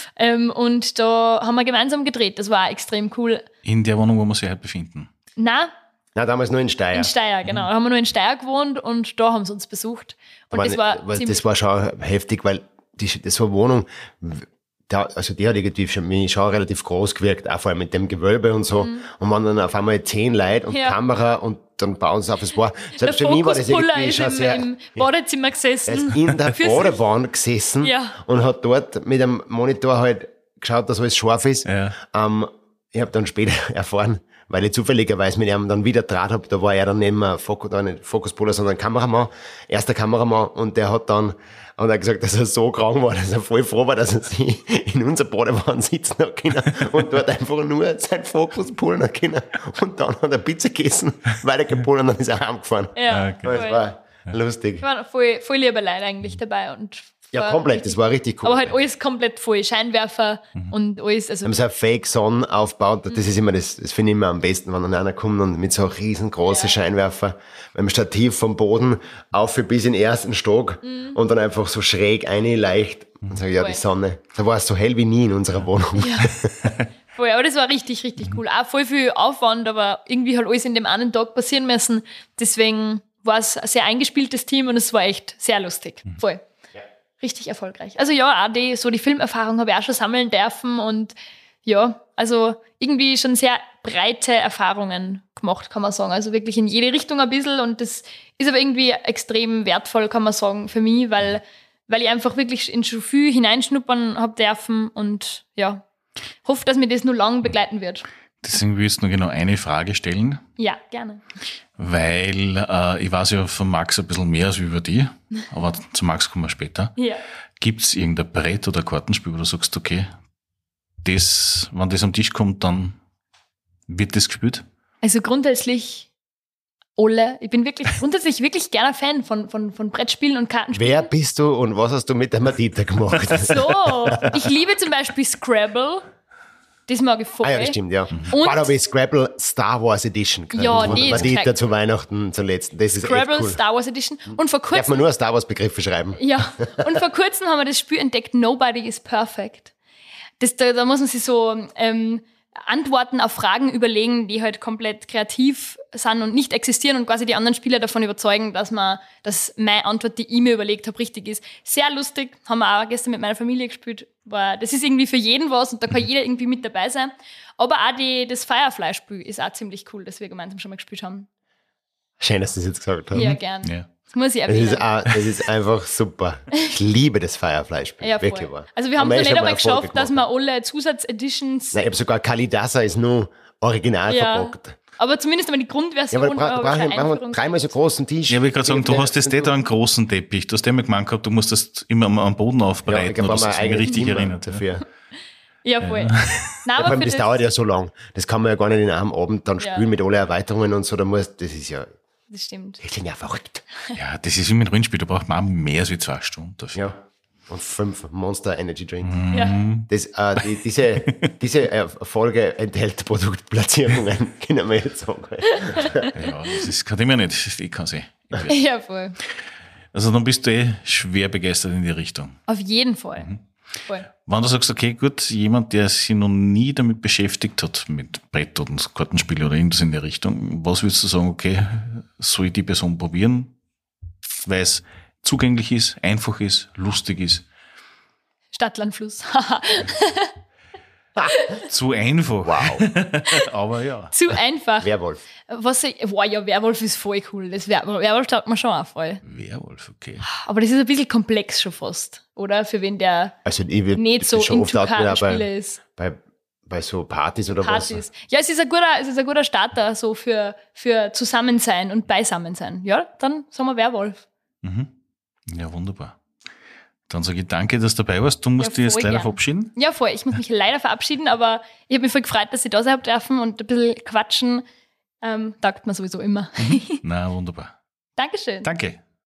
C: Und da haben wir gemeinsam gedreht. Das war auch extrem cool.
B: In der Wohnung, wo wir uns heute befinden.
C: Na,
D: Na, damals nur in Steyr.
C: in Steyr, genau. Da haben wir nur in Steyr gewohnt und da haben sie uns besucht. Und
D: Aber das war schon heftig, weil das so eine Wohnung, die hat irgendwie schon relativ groß gewirkt, auch vor allem mit dem Gewölbe und so. Und wenn dann auf einmal 10 Leute und
C: Ja.
D: Kamera und dann bauen sie auf, es war,
C: der
D: selbst für mich war das
C: Fokuspuller
D: irgendwie
C: ist
D: schon sehr,
C: im Badezimmer
D: er
C: gesessen.
D: ist in der
C: Für sich.
D: Badewanne gesessen
C: Ja.
D: und hat dort mit dem Monitor halt geschaut, dass alles scharf ist.
B: Ja.
D: Ich habe dann später erfahren, weil ich zufälligerweise mit ihm dann wieder Draht habe, da war er dann neben nicht Fokuspuller, sondern Kameramann, erster Kameramann, und der hat dann gesagt, dass er so krank war, dass er voll froh war, dass er sich in unserer Badewanne sitzen hat können und dort einfach nur sein Fokus pullen hat können. Und dann hat er Pizza gegessen, weitergepullt und dann ist er heimgefahren.
C: Ja,
B: Okay.
D: Das
C: voll.
D: war lustig.
C: waren voll liebe Leute eigentlich dabei. Und
D: Ja,
C: war
D: komplett,
C: richtig-
D: das war richtig cool.
C: Aber halt alles komplett voll. Scheinwerfer und alles. Also
D: haben so eine Fake Sonne aufgebaut. Das ist immer das finde ich immer am besten, wenn dann einer kommt und mit so riesengroßen Scheinwerfer mit dem Stativ vom Boden auf bis in den ersten Stock und dann einfach so schräg leicht Und sage, ja,
C: Voll.
D: die Sonne. Da war es so hell wie nie in unserer Wohnung.
C: Voll, aber das war richtig, richtig cool. Auch voll viel Aufwand, aber irgendwie halt alles in dem einen Tag passieren müssen. Deswegen war es ein sehr eingespieltes Team und es war echt sehr lustig. Voll. Richtig erfolgreich. Also ja, auch die Filmerfahrung habe ich auch schon sammeln dürfen und ja, also irgendwie schon sehr breite Erfahrungen gemacht, kann man sagen. Also wirklich in jede Richtung ein bisschen und das ist aber irgendwie extrem wertvoll, kann man sagen, für mich, weil ich einfach wirklich in schon viel hineinschnuppern habe dürfen und ja, hoffe, dass mir das nur lang begleiten wird.
B: Deswegen will ich jetzt nur genau eine Frage stellen,
C: Ja, gerne.
B: weil ich weiß ja von Max ein bisschen mehr als über die, aber zu Max kommen wir später.
C: Ja.
B: Gibt es irgendein Brett oder Kartenspiel, wo du sagst, okay, wenn das am Tisch kommt, dann wird das gespielt?
C: Also grundsätzlich alle. Ich bin grundsätzlich wirklich gerne Fan von Brettspielen und Kartenspielen.
D: Wer bist du und was hast du mit der Madita gemacht?
C: So, ich liebe zum Beispiel Scrabble. Das mag ich voll.
D: Ah ja, das stimmt, ja.
C: Und
D: War aber Scrabble Star Wars Edition.
C: Ja,
D: Von
C: die ist
D: Madita
C: korrekt.
D: zu Weihnachten zuletzt. Das ist
C: Scrabble
D: echt cool.
C: Star Wars Edition. Und vor
D: Darf man
C: kurzem,
D: nur Star Wars Begriffe schreiben?
C: ja, und vor kurzem haben wir das Spiel entdeckt, Nobody is Perfect. Da muss man sich so Antworten auf Fragen überlegen, die halt komplett kreativ sind und nicht existieren und quasi die anderen Spieler davon überzeugen, dass meine Antwort, die ich mir überlegt habe, richtig ist. Sehr lustig, haben wir auch gestern mit meiner Familie gespielt. Das ist irgendwie für jeden was und da kann jeder irgendwie mit dabei sein. Aber auch das Firefly-Spiel ist auch ziemlich cool, das wir gemeinsam schon mal gespielt haben.
D: Schön, dass du das jetzt gesagt hast.
C: Ja, gern.
B: Ja.
C: Das muss ich
D: Das
C: erwähnen.
D: das ist einfach super. Ich liebe das Firefly-Spiel.
C: Ja,
D: Wirklich
C: voll.
D: wahr.
C: Also wir haben es
D: eh
C: noch
D: schon
C: nicht einmal
D: Erfolge
C: geschafft, dass
D: gemacht.
C: wir alle Zusatzeditions,
D: Nein, ich habe sogar Kalidasa ist nur original
C: ja,
D: verpackt.
C: aber zumindest einmal die
D: Ja,
C: Grundversion.
D: aber da
C: aber
D: brauchen
C: keine
D: wir
C: Einführung.
D: dreimal so großen Tisch.
B: Ja, aber ich gerade sagen, du hast das da einen großen Teppich. Du hast immer gemeint gehabt, du musst das immer am Boden
D: Ja,
B: aufbereiten,
D: ich glaube,
B: oder
D: wir
B: das
D: haben
B: ist mir richtig
D: Zimmer
B: erinnert. Ja.
D: dafür.
C: Ja, voll. Nein,
D: Vor
C: aber
D: allem,
C: für
D: das dauert ja so lang. Das kann man ja gar nicht in einem Abend dann
C: Ja.
D: spielen mit allen Erweiterungen und so. Das ist ja,
C: das stimmt.
D: das sind ja verrückt.
B: Ja, das ist wie mit Rollenspiel, da braucht man auch mehr als 2 Stunden dafür.
D: Ja. Und 5 Monster Energy Drinks.
C: Ja.
D: Diese Folge enthält Produktplatzierungen, können wir jetzt sagen.
B: Ja, das kann ich mir nicht, ich kann sie.
C: Ja, voll.
B: Also dann bist du schwer begeistert in die Richtung.
C: Auf jeden Fall. Voll.
B: Wenn du sagst, okay, gut, jemand, der sich noch nie damit beschäftigt hat, mit Brett und Kartenspiele oder irgendwas in der Richtung, was würdest du sagen, okay, soll ich die Person probieren, weil es zugänglich ist, einfach ist, lustig ist?
C: Stadtlandfluss.
B: Zu einfach.
D: Wow.
B: Aber ja.
C: Zu einfach.
D: Werwolf.
C: Werwolf ist voll cool. Werwolf taugt mir schon auch voll.
B: Werwolf, okay.
C: Aber das ist ein bisschen komplex schon fast, oder? Für wen der
D: Also ich bin
C: nicht so
D: schon oft
C: into
D: out wieder
C: Kartenspiele ist.
D: bei so Partys oder
C: Partys. Ja, es ist ein guter Starter so für Zusammensein und Beisammensein. Ja, dann sagen wir Werwolf.
B: Ja, wunderbar. Dann sage ich danke, dass du dabei warst. Du musst
C: Ja,
B: dich jetzt
C: voll
B: leider
C: gern.
B: verabschieden.
C: Ja, voll. Ich muss mich leider verabschieden, aber ich habe mich voll gefreut, dass ich da sein dürfen und ein bisschen quatschen. Taugt mir sowieso immer.
B: Na, wunderbar.
C: Dankeschön.
B: Danke.